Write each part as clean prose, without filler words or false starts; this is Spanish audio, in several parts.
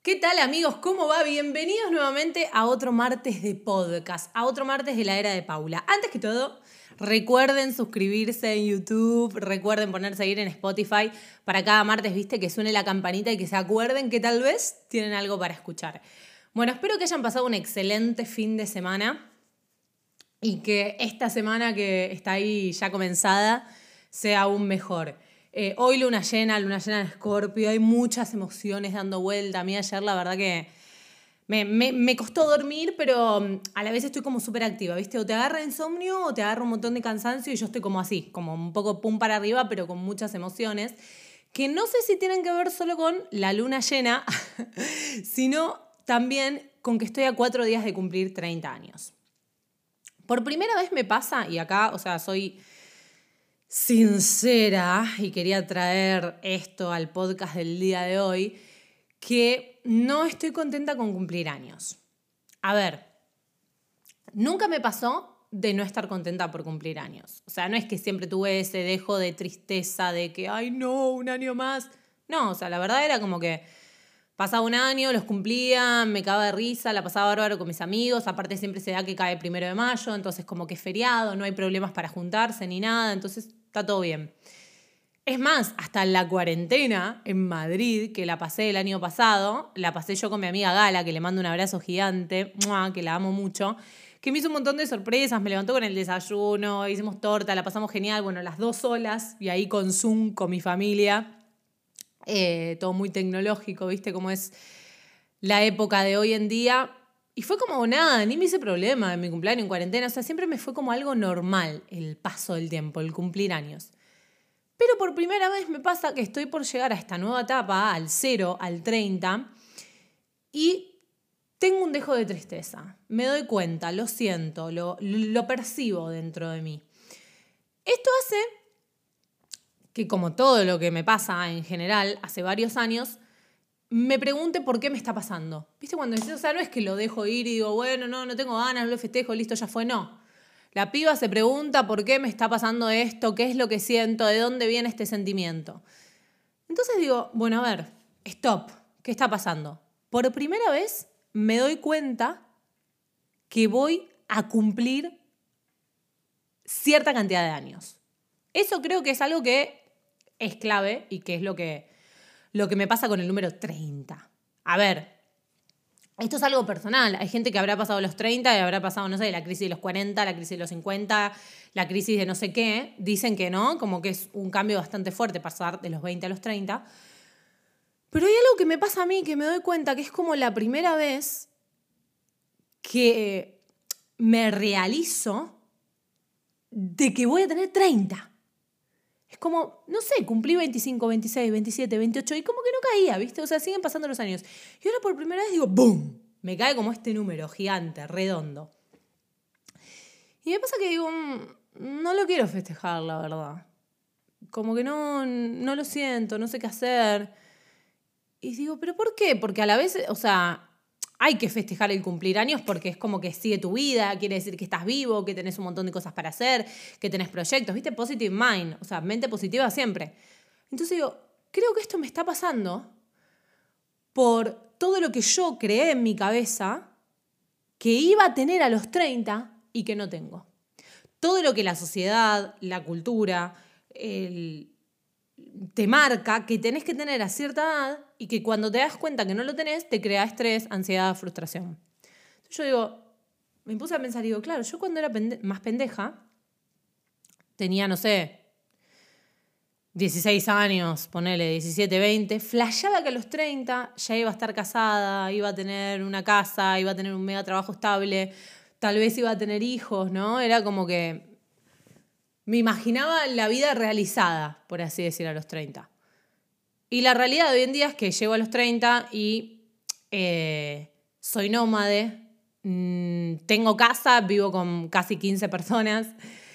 ¿Qué tal, amigos? ¿Cómo va? Bienvenidos nuevamente a otro martes de podcast, a otro martes de la era de Paula. Antes que todo, recuerden suscribirse en YouTube, recuerden ponerse a seguir en Spotify para cada martes, viste, que suene la campanita y que se acuerden que tal vez tienen algo para escuchar. Bueno, espero que hayan pasado un excelente fin de semana y que esta semana que está ahí ya comenzada sea aún mejor. Hoy luna llena de Escorpio, hay muchas emociones dando vuelta. A mí ayer la verdad que me costó dormir, pero a la vez estoy como súper activa, ¿viste? O te agarra insomnio o te agarra un montón de cansancio y yo estoy como así, como un poco pum para arriba, pero con muchas emociones, que no sé si tienen que ver solo con la luna llena, sino también con que estoy a 4 días de cumplir 30 años. Por primera vez me pasa, y acá, o sea, soy sincera y quería traer esto al podcast del día de hoy, que no estoy contenta con cumplir años. A ver, nunca me pasó de no estar contenta por cumplir años. O sea, no es que siempre tuve ese dejo de tristeza de que, ay no, un año más. No, o sea, la verdad era como que pasaba un año, los cumplía, me cagaba de risa, la pasaba bárbaro con mis amigos. Aparte siempre se da que cae 1 de mayo, entonces como que es feriado, no hay problemas para juntarse ni nada, entonces está todo bien. Es más, hasta la cuarentena en Madrid, que la pasé el año pasado, la pasé yo con mi amiga Gala, que le mando un abrazo gigante, que la amo mucho, que me hizo un montón de sorpresas, me levantó con el desayuno, hicimos torta, la pasamos genial, bueno, las 2 solas, y ahí con Zoom, con mi familia, todo muy tecnológico, ¿viste? Como es la época de hoy en día. Y fue como nada, ni me hice problema en mi cumpleaños en cuarentena, o sea, siempre me fue como algo normal el paso del tiempo, el cumplir años. Pero por primera vez me pasa que estoy por llegar a esta nueva etapa, al 0, al 30, y tengo un dejo de tristeza. Me doy cuenta, lo siento, lo percibo dentro de mí. Esto hace que, como todo lo que me pasa en general hace varios años, me pregunte por qué me está pasando. ¿Viste cuando decís, o sea, no es que lo dejo ir y digo, bueno, no tengo ganas, no lo festejo, listo, ya fue, no. La piba se pregunta por qué me está pasando esto, qué es lo que siento, de dónde viene este sentimiento. Entonces digo, bueno, a ver, stop, ¿qué está pasando? Por primera vez me doy cuenta que voy a cumplir cierta cantidad de años. Eso creo que es algo que es clave y que es lo que me pasa con el número 30. A ver, esto es algo personal. Hay gente que habrá pasado los 30 y habrá pasado, no sé, la crisis de los 40, la crisis de los 50, la crisis de no sé qué. Dicen que no, como que es un cambio bastante fuerte pasar de los 20 a los 30. Pero hay algo que me pasa a mí que me doy cuenta que es como la primera vez que me realizo de que voy a tener 30. Es como, no sé, cumplí 25, 26, 27, 28 y como que no caía, ¿viste? O sea, siguen pasando los años. Y ahora por primera vez digo, ¡boom! Me cae como este número gigante, redondo. Y me pasa que digo, no lo quiero festejar, la verdad. Como que no lo siento, no sé qué hacer. Y digo, ¿pero por qué? Porque a la vez, o sea, hay que festejar el cumplir años porque es como que sigue tu vida, quiere decir que estás vivo, que tenés un montón de cosas para hacer, que tenés proyectos, ¿viste? Positive mind, o sea, mente positiva siempre. Entonces digo, creo que esto me está pasando por todo lo que yo creé en mi cabeza que iba a tener a los 30 y que no tengo. Todo lo que la sociedad, la cultura, te marca que tenés que tener a cierta edad y que cuando te das cuenta que no lo tenés, te crea estrés, ansiedad, frustración. Entonces yo digo, me puse a pensar, digo, claro, yo cuando era más pendeja, tenía, no sé, 16 años, ponele 17, 20, flasheaba que a los 30 ya iba a estar casada, iba a tener una casa, iba a tener un mega trabajo estable, tal vez iba a tener hijos, ¿no? Era como que me imaginaba la vida realizada, por así decir, a los 30. Y la realidad de hoy en día es que llego a los 30 y soy nómade, tengo casa, vivo con casi 15 personas,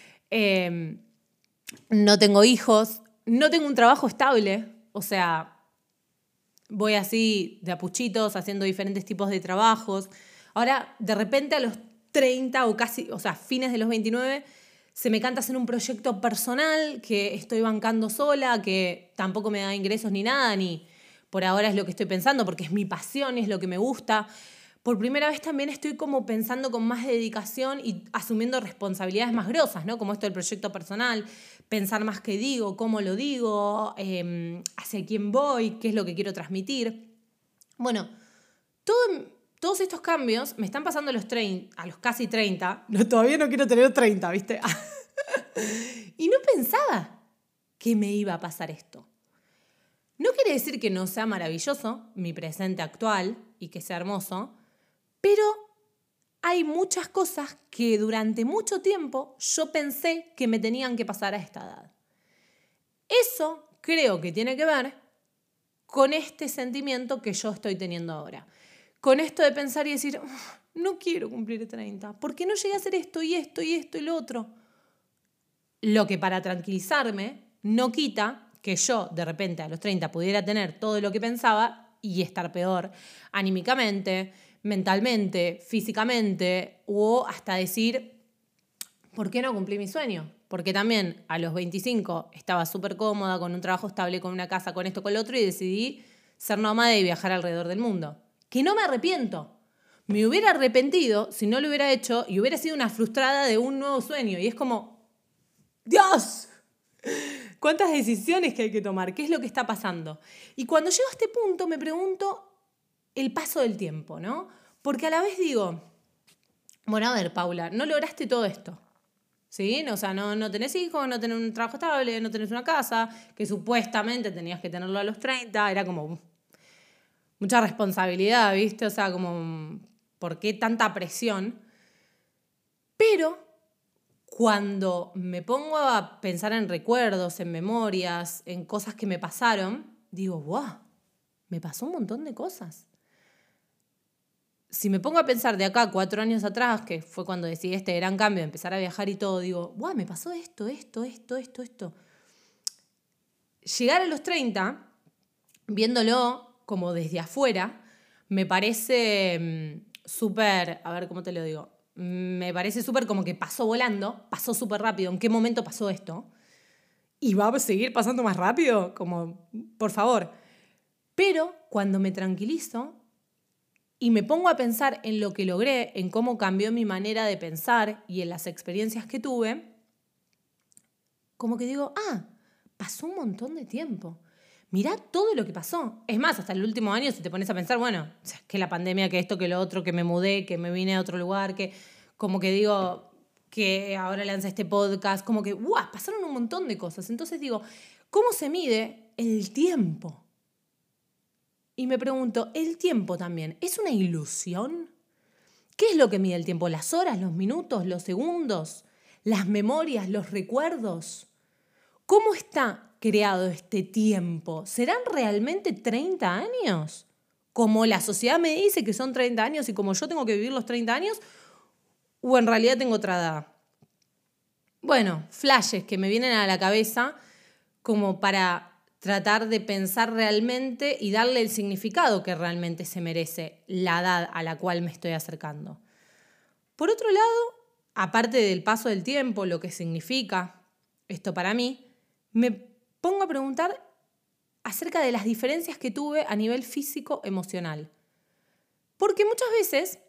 no tengo hijos, no tengo un trabajo estable, o sea, voy así de a puchitos haciendo diferentes tipos de trabajos. Ahora, de repente a los 30 o casi, o sea, fines de los 29, se me canta hacer un proyecto personal que estoy bancando sola, que tampoco me da ingresos ni nada, ni por ahora es lo que estoy pensando, porque es mi pasión, es lo que me gusta. Por primera vez también estoy como pensando con más dedicación y asumiendo responsabilidades más grosas, ¿no? Como esto del proyecto personal, pensar más qué digo, cómo lo digo, hacia quién voy, qué es lo que quiero transmitir. Bueno, todos estos cambios me están pasando a los casi 30. No, todavía no quiero tener 30, ¿viste? Y no pensaba que me iba a pasar esto. No quiere decir que no sea maravilloso mi presente actual y que sea hermoso, pero hay muchas cosas que durante mucho tiempo yo pensé que me tenían que pasar a esta edad. Eso creo que tiene que ver con este sentimiento que yo estoy teniendo ahora. Con esto de pensar y decir, no quiero cumplir 30, porque no llegué a hacer esto y esto y esto y lo otro. Lo que para tranquilizarme no quita que yo de repente a los 30 pudiera tener todo lo que pensaba y estar peor anímicamente, mentalmente, físicamente, o hasta decir, ¿por qué no cumplí mi sueño? Porque también a los 25 estaba súper cómoda, con un trabajo estable, con una casa, con esto, con lo otro, y decidí ser nómada y viajar alrededor del mundo. Que no me arrepiento. Me hubiera arrepentido si no lo hubiera hecho y hubiera sido una frustrada de un nuevo sueño. Y es como, ¡Dios! ¿Cuántas decisiones que hay que tomar? ¿Qué es lo que está pasando? Y cuando llego a este punto me pregunto el paso del tiempo, ¿no? Porque a la vez digo, bueno, a ver, Paula, no lograste todo esto, ¿sí? O sea, no tenés hijos, no tenés un trabajo estable, no tenés una casa, que supuestamente tenías que tenerlo a los 30, era como mucha responsabilidad, ¿viste? O sea, como, ¿por qué tanta presión? Pero cuando me pongo a pensar en recuerdos, en memorias, en cosas que me pasaron, digo, ¡guau! Me pasó un montón de cosas. Si me pongo a pensar de acá 4 años atrás, que fue cuando decidí este gran cambio de empezar a viajar y todo, digo, ¡guau! Me pasó esto. Llegar a los 30, viéndolo como desde afuera, me parece súper, a ver cómo te lo digo, me parece súper como que pasó volando, pasó súper rápido. ¿En qué momento pasó esto? ¿Y va a seguir pasando más rápido? Como, por favor. Pero cuando me tranquilizo y me pongo a pensar en lo que logré, en cómo cambió mi manera de pensar y en las experiencias que tuve, como que digo, pasó un montón de tiempo. Mirá todo lo que pasó. Es más, hasta el último año, si te pones a pensar, bueno, que la pandemia, que esto, que lo otro, que me mudé, que me vine a otro lugar, que como que digo, que ahora lancé este podcast, como que, ¡guau! Pasaron un montón de cosas. Entonces digo, ¿cómo se mide el tiempo? Y me pregunto, ¿el tiempo también es una ilusión? ¿Qué es lo que mide el tiempo? ¿Las horas, los minutos, los segundos, las memorias, los recuerdos? ¿Cómo está creado este tiempo? ¿Serán realmente 30 años? Como la sociedad me dice que son 30 años y como yo tengo que vivir los 30 años, ¿o en realidad tengo otra edad? Bueno, flashes que me vienen a la cabeza como para tratar de pensar realmente y darle el significado que realmente se merece la edad a la cual me estoy acercando. Por otro lado, aparte del paso del tiempo, lo que significa esto para mí, me pongo a preguntar acerca de las diferencias que tuve a nivel físico-emocional. Porque muchas veces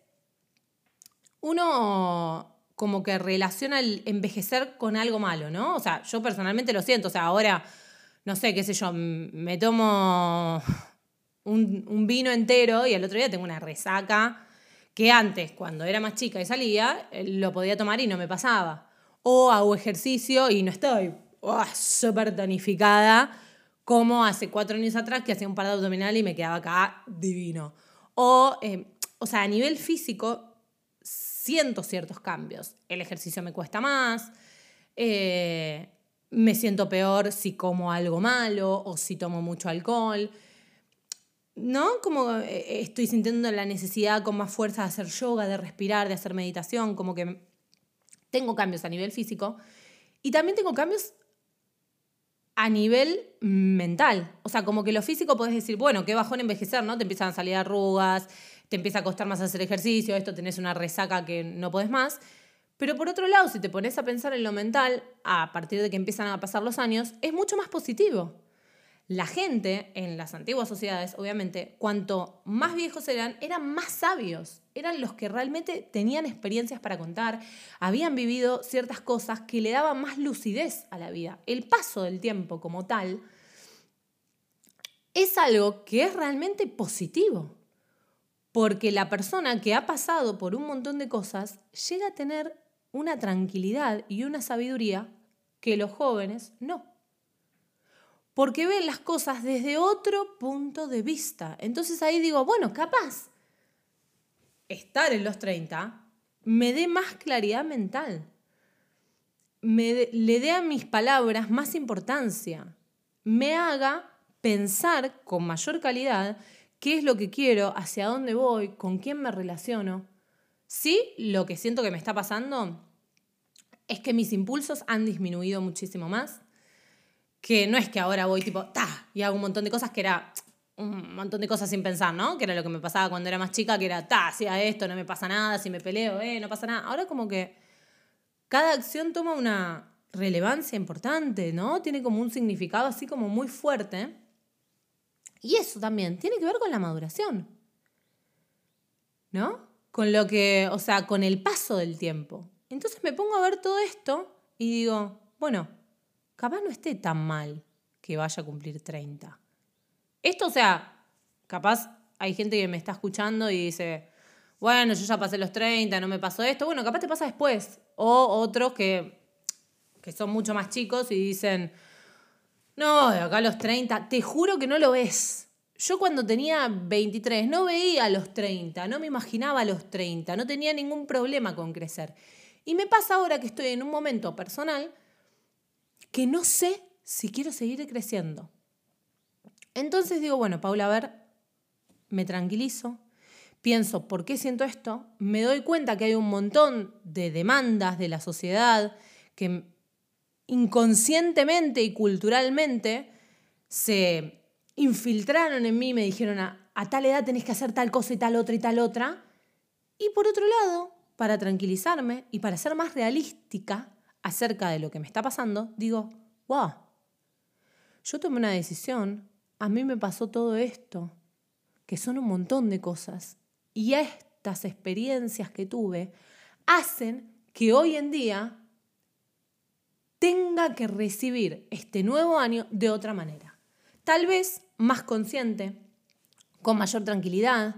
uno como que relaciona el envejecer con algo malo, ¿no? O sea, yo personalmente lo siento. O sea, ahora, no sé, qué sé yo, me tomo un vino entero y al otro día tengo una resaca que antes, cuando era más chica y salía, lo podía tomar y no me pasaba. O hago ejercicio y no estoy súper tonificada como hace 4 años atrás que hacía un par de abdominal y me quedaba acá divino. O sea, a nivel físico siento ciertos cambios. El ejercicio me cuesta más, me siento peor si como algo malo o si tomo mucho alcohol. ¿No? Como estoy sintiendo la necesidad con más fuerza de hacer yoga, de respirar, de hacer meditación, como que tengo cambios a nivel físico y también tengo cambios a nivel mental. O sea, como que lo físico podés decir, bueno, qué bajón envejecer, ¿no? Te empiezan a salir arrugas, te empieza a costar más hacer ejercicio, esto tenés una resaca que no podés más. Pero por otro lado, si te pones a pensar en lo mental, a partir de que empiezan a pasar los años, es mucho más positivo. la gente en las antiguas sociedades, obviamente, cuanto más viejos eran más sabios. Eran los que realmente tenían experiencias para contar, habían vivido ciertas cosas que le daban más lucidez a la vida. El paso del tiempo como tal es algo que es realmente positivo, porque la persona que ha pasado por un montón de cosas llega a tener una tranquilidad y una sabiduría que los jóvenes no. Porque ven las cosas desde otro punto de vista. Entonces ahí digo, bueno, capaz estar en los 30 me dé más claridad mental, le dé a mis palabras más importancia, me haga pensar con mayor calidad qué es lo que quiero, hacia dónde voy, con quién me relaciono. Sí, lo que siento que me está pasando es que mis impulsos han disminuido muchísimo más, que no es que ahora voy tipo, ¡ta! Y hago un montón de cosas que era un montón de cosas sin pensar, ¿no? Que era lo que me pasaba cuando era más chica, que era, ¡ta! Hacía esto, no me pasa nada, si me peleo, no pasa nada. Ahora como que cada acción toma una relevancia importante, ¿no? Tiene como un significado así como muy fuerte. Y eso también tiene que ver con la maduración, ¿no? Con lo que, o sea, con el paso del tiempo. Entonces me pongo a ver todo esto y digo, bueno, capaz no esté tan mal que vaya a cumplir 30. Esto, o sea, capaz hay gente que me está escuchando y dice, bueno, yo ya pasé los 30, no me pasó esto. Bueno, capaz te pasa después. O otros que son mucho más chicos y dicen, no, de acá a los 30, te juro que no lo ves. Yo cuando tenía 23 no veía los 30, no me imaginaba los 30, no tenía ningún problema con crecer. Y me pasa ahora que estoy en un momento personal que no sé si quiero seguir creciendo. Entonces digo, bueno, Paula, a ver, me tranquilizo, pienso, ¿por qué siento esto? Me doy cuenta que hay un montón de demandas de la sociedad que inconscientemente y culturalmente se infiltraron en mí, me dijeron a tal edad tenés que hacer tal cosa y tal otra y tal otra. Y por otro lado, para tranquilizarme y para ser más realística acerca de lo que me está pasando, digo, wow, yo tomé una decisión, a mí me pasó todo esto, que son un montón de cosas. Y estas experiencias que tuve hacen que hoy en día tenga que recibir este nuevo año de otra manera. Tal vez más consciente, con mayor tranquilidad,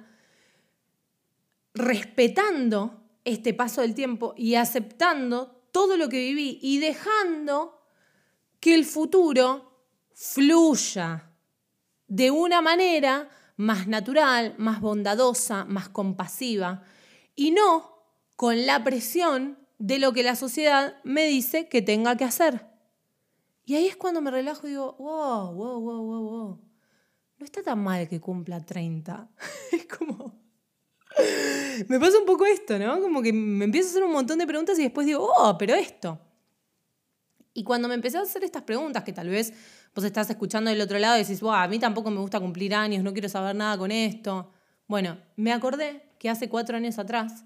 respetando este paso del tiempo y aceptando todo lo que viví y dejando que el futuro fluya de una manera más natural, más bondadosa, más compasiva y no con la presión de lo que la sociedad me dice que tenga que hacer. Y ahí es cuando me relajo y digo, wow. No está tan mal que cumpla 30. Es como... Me pasa un poco esto, ¿no? Como que me empiezo a hacer un montón de preguntas y después digo, pero esto. Y cuando me empecé a hacer estas preguntas, que tal vez vos estás escuchando del otro lado y decís, a mí tampoco me gusta cumplir años, no quiero saber nada con esto. Bueno, me acordé que hace 4 años atrás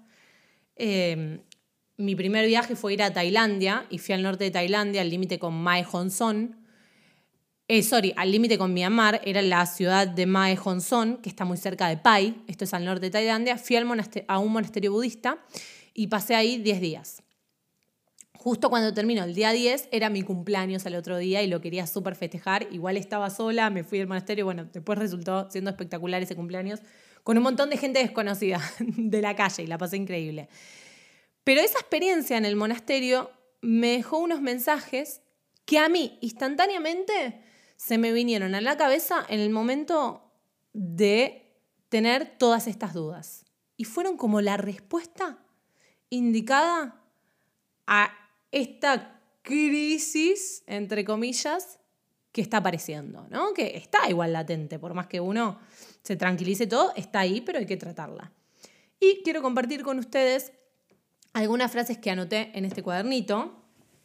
mi primer viaje fue ir a Tailandia y fui al norte de Tailandia, al límite con Mae Hong Son. Al límite con Myanmar, era la ciudad de Mae Hong Son, que está muy cerca de Pai, esto es al norte de Tailandia. Fui a un monasterio budista y pasé ahí 10 días. Justo cuando terminó el día 10, era mi cumpleaños al otro día y lo quería súper festejar. Igual estaba sola, me fui al monasterio, bueno, después resultó siendo espectacular ese cumpleaños, con un montón de gente desconocida de la calle y la pasé increíble. Pero esa experiencia en el monasterio me dejó unos mensajes que a mí instantáneamente se me vinieron a la cabeza en el momento de tener todas estas dudas. Y fueron como la respuesta indicada a esta crisis, entre comillas, que está apareciendo, ¿no? Que está igual latente, por más que uno se tranquilice todo, está ahí, pero hay que tratarla. Y quiero compartir con ustedes algunas frases que anoté en este cuadernito.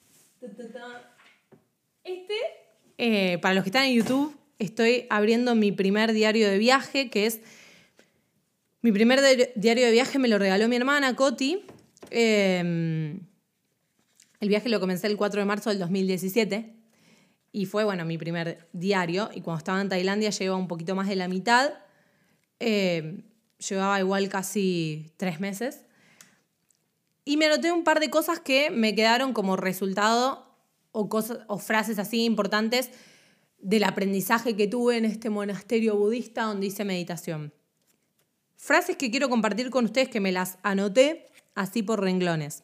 Para los que están en YouTube, estoy abriendo mi primer diario de viaje, que es... Mi primer diario de viaje me lo regaló mi hermana, Coti. El viaje lo comencé el 4 de marzo del 2017. Y fue, bueno, mi primer diario. Y cuando estaba en Tailandia llevaba un poquito más de la mitad. Llevaba igual casi 3 meses. Y me anoté un par de cosas que me quedaron como resultado o frases así importantes del aprendizaje que tuve en este monasterio budista donde hice meditación. Frases que quiero compartir con ustedes que me las anoté así por renglones.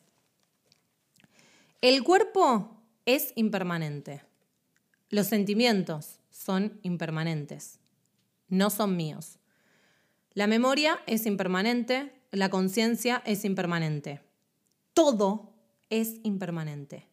El cuerpo es impermanente. Los sentimientos son impermanentes. No son míos. La memoria es impermanente. La conciencia es impermanente. Todo es impermanente.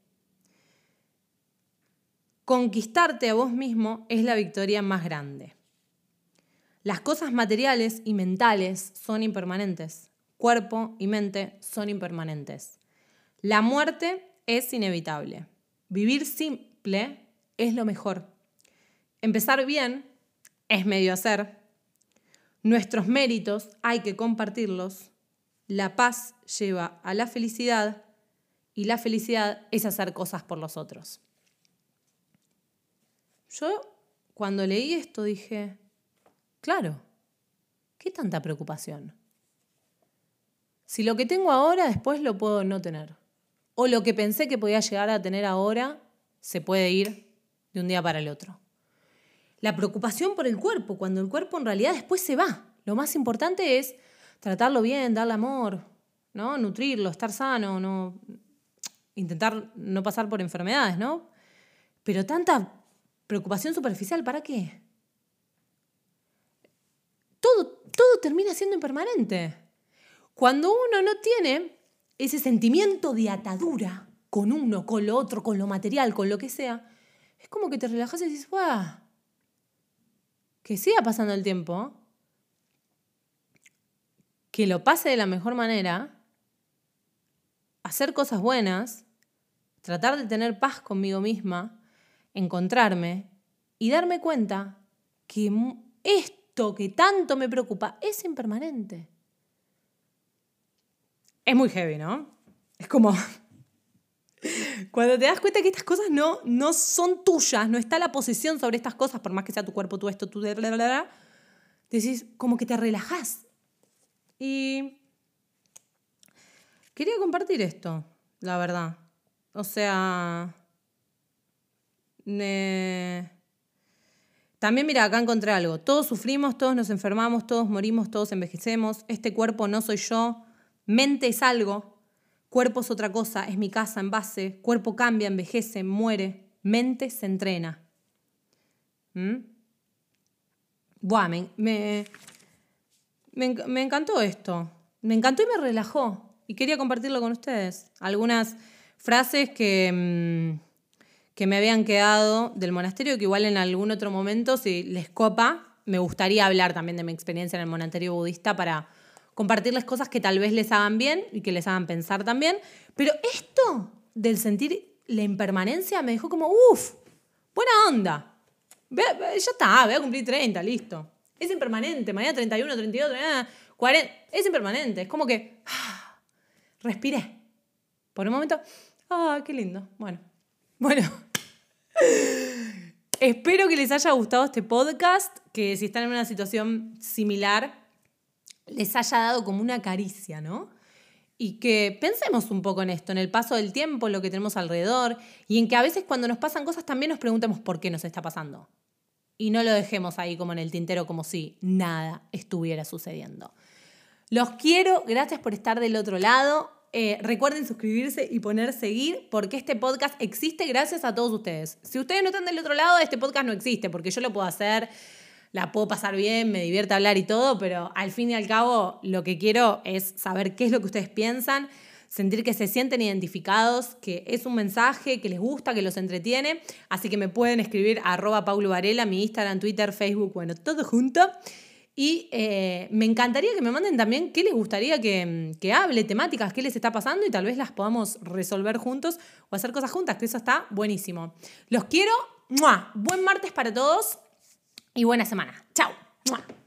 Conquistarte a vos mismo es la victoria más grande. Las cosas materiales y mentales son impermanentes. Cuerpo y mente son impermanentes. La muerte es inevitable. Vivir simple es lo mejor. Empezar bien es medio hacer. Nuestros méritos hay que compartirlos. La paz lleva a la felicidad y la felicidad es hacer cosas por los otros. Yo cuando leí esto dije, claro, ¿qué tanta preocupación? Si lo que tengo ahora después lo puedo no tener. O lo que pensé que podía llegar a tener ahora se puede ir de un día para el otro. La preocupación por el cuerpo, cuando el cuerpo en realidad después se va. Lo más importante es tratarlo bien, darle amor, ¿no? Nutrirlo, estar sano, no, intentar no pasar por enfermedades, ¿no? Pero tanta preocupación superficial, ¿para qué? Todo termina siendo impermanente. Cuando uno no tiene ese sentimiento de atadura con uno, con lo otro, con lo material, con lo que sea, es como que te relajas y dices, ¡guau! Que siga pasando el tiempo, que lo pase de la mejor manera, hacer cosas buenas, tratar de tener paz conmigo misma, encontrarme y darme cuenta que esto que tanto me preocupa es impermanente. Es muy heavy, ¿no? Es como cuando te das cuenta que estas cosas no son tuyas, no está la posesión sobre estas cosas, por más que sea tu cuerpo, tú esto, tú bla, bla, bla, decís, como que te relajás. Y quería compartir esto, la verdad. O sea, también mira, acá encontré algo. Todos sufrimos, todos nos enfermamos, todos morimos, todos envejecemos. Este cuerpo no soy yo. Mente es algo. Cuerpo es otra cosa. Es mi casa en base. Cuerpo cambia, envejece, muere. Mente se entrena. Buah, me encantó esto. Me encantó y me relajó. Y quería compartirlo con ustedes. Algunas frases que me habían quedado del monasterio, que igual en algún otro momento, si les copa, me gustaría hablar también de mi experiencia en el monasterio budista para compartirles cosas que tal vez les hagan bien y que les hagan pensar también. Pero esto del sentir la impermanencia me dejó como, buena onda. Ya está, voy a cumplir 30, listo. Es impermanente, mañana 31, 32, 40, es impermanente. Es como que respiré. Por un momento, qué lindo. Bueno, espero que les haya gustado este podcast, que si están en una situación similar, les haya dado como una caricia, ¿no? Y que pensemos un poco en esto, en el paso del tiempo, en lo que tenemos alrededor, y en que a veces cuando nos pasan cosas también nos preguntemos por qué nos está pasando. Y no lo dejemos ahí como en el tintero, como si nada estuviera sucediendo. Los quiero, gracias por estar del otro lado. Recuerden suscribirse y poner seguir, porque este podcast existe gracias a todos ustedes. Si ustedes no están del otro lado, este podcast no existe, porque yo lo puedo hacer, la puedo pasar bien, me divierte hablar y todo, pero al fin y al cabo lo que quiero es saber qué es lo que ustedes piensan, sentir que se sienten identificados, que es un mensaje que les gusta, que los entretiene. Así que me pueden escribir a @paulovarela, mi Instagram, Twitter, Facebook, bueno, todo junto. Y me encantaría que me manden también qué les gustaría que hable, temáticas, qué les está pasando y tal vez las podamos resolver juntos o hacer cosas juntas, que eso está buenísimo. Los quiero. ¡Mua! Buen martes para todos y buena semana. ¡Chao! ¡Mua!